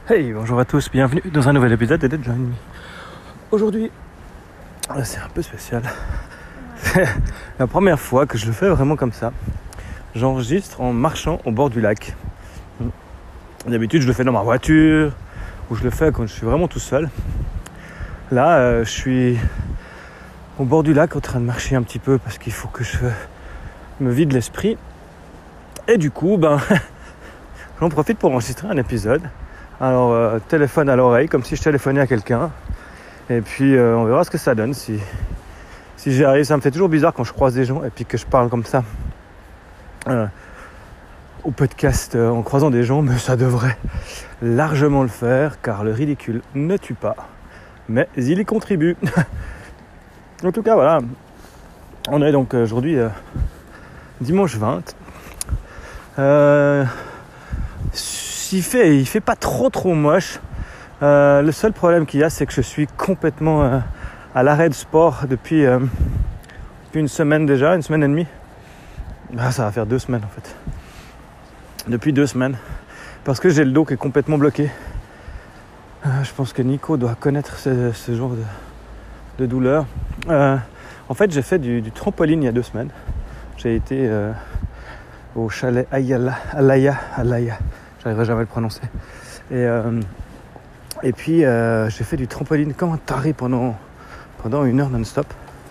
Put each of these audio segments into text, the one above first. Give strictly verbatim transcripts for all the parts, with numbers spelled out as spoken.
Hey, bonjour à tous, bienvenue dans un nouvel épisode de Dead Join Me. Aujourd'hui, c'est un peu spécial. C'est la première fois que je le fais vraiment comme ça. J'enregistre en marchant au bord du lac. D'habitude, je le fais dans ma voiture, ou je le fais quand je suis vraiment tout seul. Là, euh, je suis au bord du lac en train de marcher un petit peu parce qu'il faut que je me vide l'esprit. Et du coup, ben, j'en profite pour enregistrer un épisode. Alors, euh, téléphone à l'oreille, comme si je téléphonais à quelqu'un. Et puis, euh, on verra ce que ça donne. Si, si j'y arrive, ça me fait toujours bizarre quand je croise des gens et puis que je parle comme ça euh, au podcast euh, en croisant des gens. Mais ça devrait largement le faire, car le ridicule ne tue pas. Mais il y contribue. En tout cas, voilà. On est donc aujourd'hui euh, dimanche vingt. Euh... Il fait, il fait pas trop trop moche. Euh, le seul problème qu'il y a, c'est que je suis complètement euh, à l'arrêt de sport depuis, euh, depuis une semaine déjà, une semaine et demie. Ah, ça va faire deux semaines en fait. Depuis deux semaines. Parce que j'ai le dos qui est complètement bloqué. Euh, je pense que Nico doit connaître ce, ce genre de, de douleur. Euh, en fait, j'ai fait du, du trampoline il y a deux semaines. J'ai été euh, au chalet Ayala, Alaya, Alaya. J'arriverai jamais à le prononcer. Et, euh, et puis, euh, j'ai fait du trampoline comme un taré pendant, pendant une heure non-stop.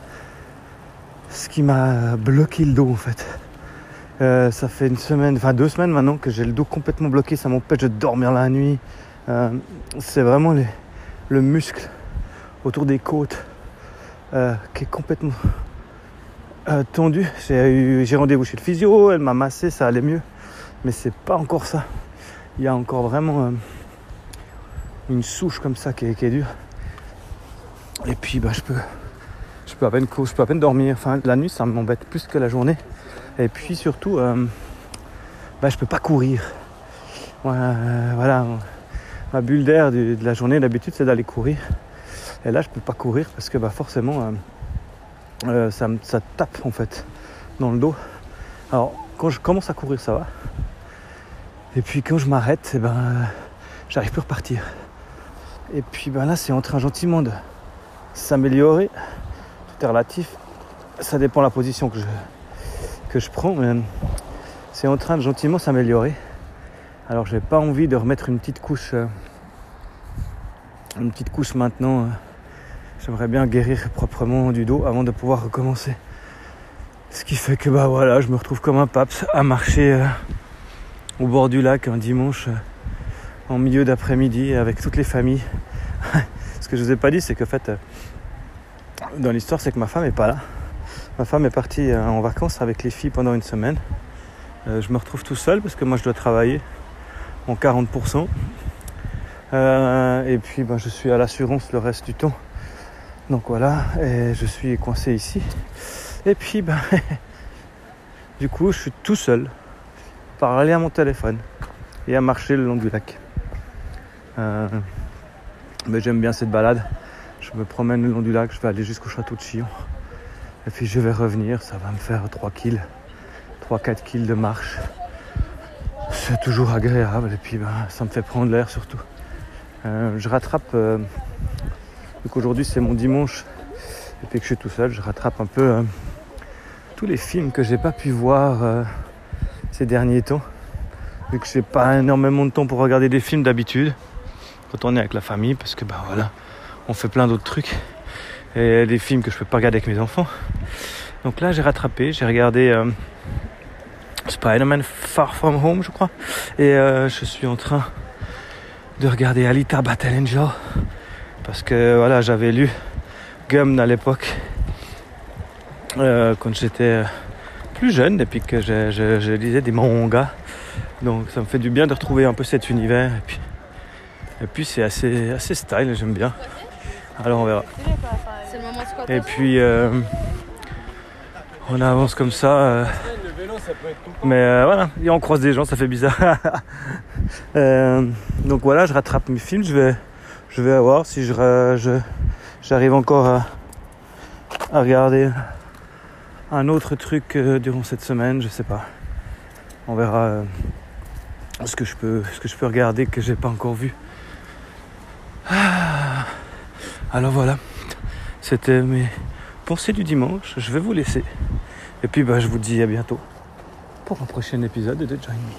Ce qui m'a bloqué le dos, en fait. Euh, ça fait une semaine, enfin deux semaines maintenant que j'ai le dos complètement bloqué. Ça m'empêche de dormir la nuit. Euh, c'est vraiment les, le muscle autour des côtes euh, qui est complètement euh, tendu. J'ai, eu, j'ai rendez-vous chez le physio, elle m'a massé, ça allait mieux. Mais c'est pas encore ça. Il y a encore vraiment euh, une souche comme ça qui est, qui est dure. Et puis bah, je peux je peux à peine je peux à peine dormir. Enfin la nuit ça m'embête plus que la journée. Et puis surtout euh, bah, je peux pas courir. Ouais, euh, voilà. Ma bulle d'air de, de la journée d'habitude c'est d'aller courir. Et là je peux pas courir parce que bah, forcément euh, euh, ça, ça tape en fait dans le dos. Alors quand je commence à courir ça va. Et puis quand je m'arrête, eh ben, euh, j'arrive plus à repartir. Et puis ben, là, c'est en train gentiment de s'améliorer. Tout est relatif. Ça dépend de la position que je, que je prends. Mais c'est en train de gentiment s'améliorer. Alors, j'ai pas envie de remettre une petite couche. Euh, une petite couche maintenant. Euh, j'aimerais bien guérir proprement du dos avant de pouvoir recommencer. Ce qui fait que bah voilà, je me retrouve comme un pape à marcher. Euh, au bord du lac un dimanche euh, en milieu d'après-midi avec toutes les familles. Ce que je vous ai pas dit, c'est qu'en fait euh, dans l'histoire, c'est que ma femme est pas là. Ma femme est partie euh, en vacances avec les filles pendant une semaine. Euh, je me retrouve tout seul parce que moi je dois travailler en quarante pour cent. Euh, et puis ben, je suis à l'assurance le reste du temps. Donc voilà, et je suis coincé ici. Et puis ben, du coup je suis tout seul. Parler à mon téléphone et à marcher le long du lac. Euh, mais j'aime bien cette balade. Je me promène le long du lac, je vais aller jusqu'au château de Chillon. Et puis je vais revenir, ça va me faire trois kilomètres, trois à quatre kilomètres de marche. C'est toujours agréable et puis ben, ça me fait prendre l'air surtout. Euh, je rattrape, euh, donc aujourd'hui c'est mon dimanche, et puis que je suis tout seul, je rattrape un peu euh, tous les films que j'ai pas pu voir euh, ces derniers temps, vu que j'ai pas énormément de temps pour regarder des films d'habitude quand on est avec la famille, parce que bah voilà, on fait plein d'autres trucs et des films que je peux pas regarder avec mes enfants. Donc là j'ai rattrapé, j'ai regardé euh, Spider-Man Far From Home je crois, et euh, je suis en train de regarder Alita Battle Angel parce que voilà, j'avais lu Gum à l'époque euh, quand j'étais plus jeune et puis que je, je, je lisais des mangas, donc ça me fait du bien de retrouver un peu cet univers et puis, et puis c'est assez, assez style, j'aime bien, alors on verra. Et puis euh, on avance comme ça euh, mais euh, voilà, et on croise des gens, ça fait bizarre. euh, donc voilà, je rattrape mes films, je vais, je vais voir si je, je, j'arrive encore à, à regarder un autre truc euh, durant cette semaine, je sais pas. On verra euh, ce que je peux, ce que je peux regarder que j'ai pas encore vu Ah. Alors voilà, c'était mes pensées du dimanche. Je vais vous laisser. Et puis bah, je vous dis à bientôt pour un prochain épisode de Join Me.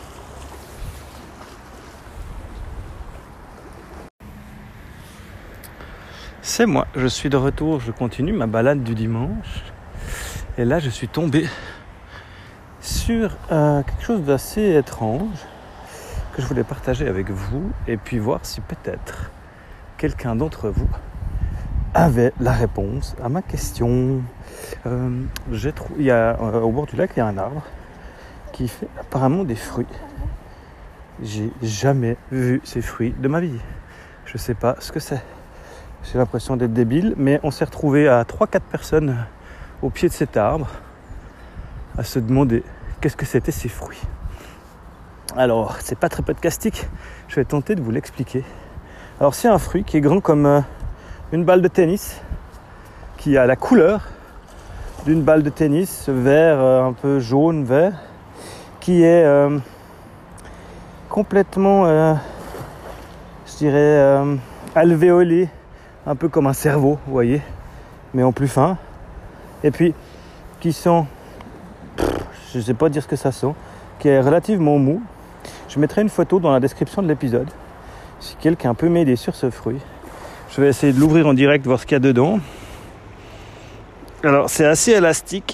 C'est moi, je suis de retour, je continue ma balade du dimanche. Et là, je suis tombé sur euh, quelque chose d'assez étrange que je voulais partager avec vous et puis voir si peut-être quelqu'un d'entre vous avait la réponse à ma question. Euh, j'ai trou- il y a, euh, au bord du lac, il y a un arbre qui fait apparemment des fruits. J'ai jamais vu ces fruits de ma vie. Je sais pas ce que c'est. J'ai l'impression d'être débile, mais on s'est retrouvé à trois quatre personnes au pied de cet arbre à se demander qu'est-ce que c'était ces fruits. Alors, c'est pas très podcastique, je vais tenter de vous l'expliquer. Alors, c'est un fruit qui est grand comme euh, une balle de tennis, qui a la couleur d'une balle de tennis, vert, euh, un peu jaune, vert, qui est euh, complètement, euh, je dirais, euh, alvéolé, un peu comme un cerveau, vous voyez, mais en plus fin. Et puis, qui sent, pff, je ne sais pas dire ce que ça sent, qui est relativement mou. Je mettrai une photo dans la description de l'épisode, si quelqu'un peut m'aider sur ce fruit. Je vais essayer de l'ouvrir en direct, voir ce qu'il y a dedans. Alors, c'est assez élastique.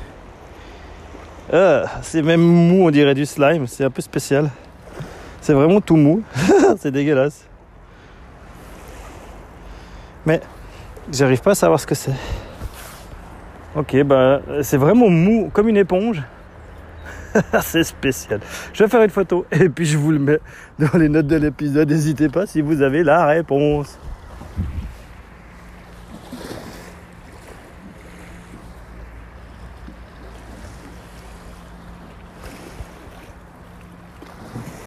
Euh, c'est même mou, on dirait du slime. C'est un peu spécial. C'est vraiment tout mou. C'est dégueulasse. Mais, j'arrive pas à savoir ce que c'est. Ok, bah, c'est vraiment mou, comme une éponge. C'est spécial. Je vais faire une photo et puis je vous le mets dans les notes de l'épisode. N'hésitez pas si vous avez la réponse.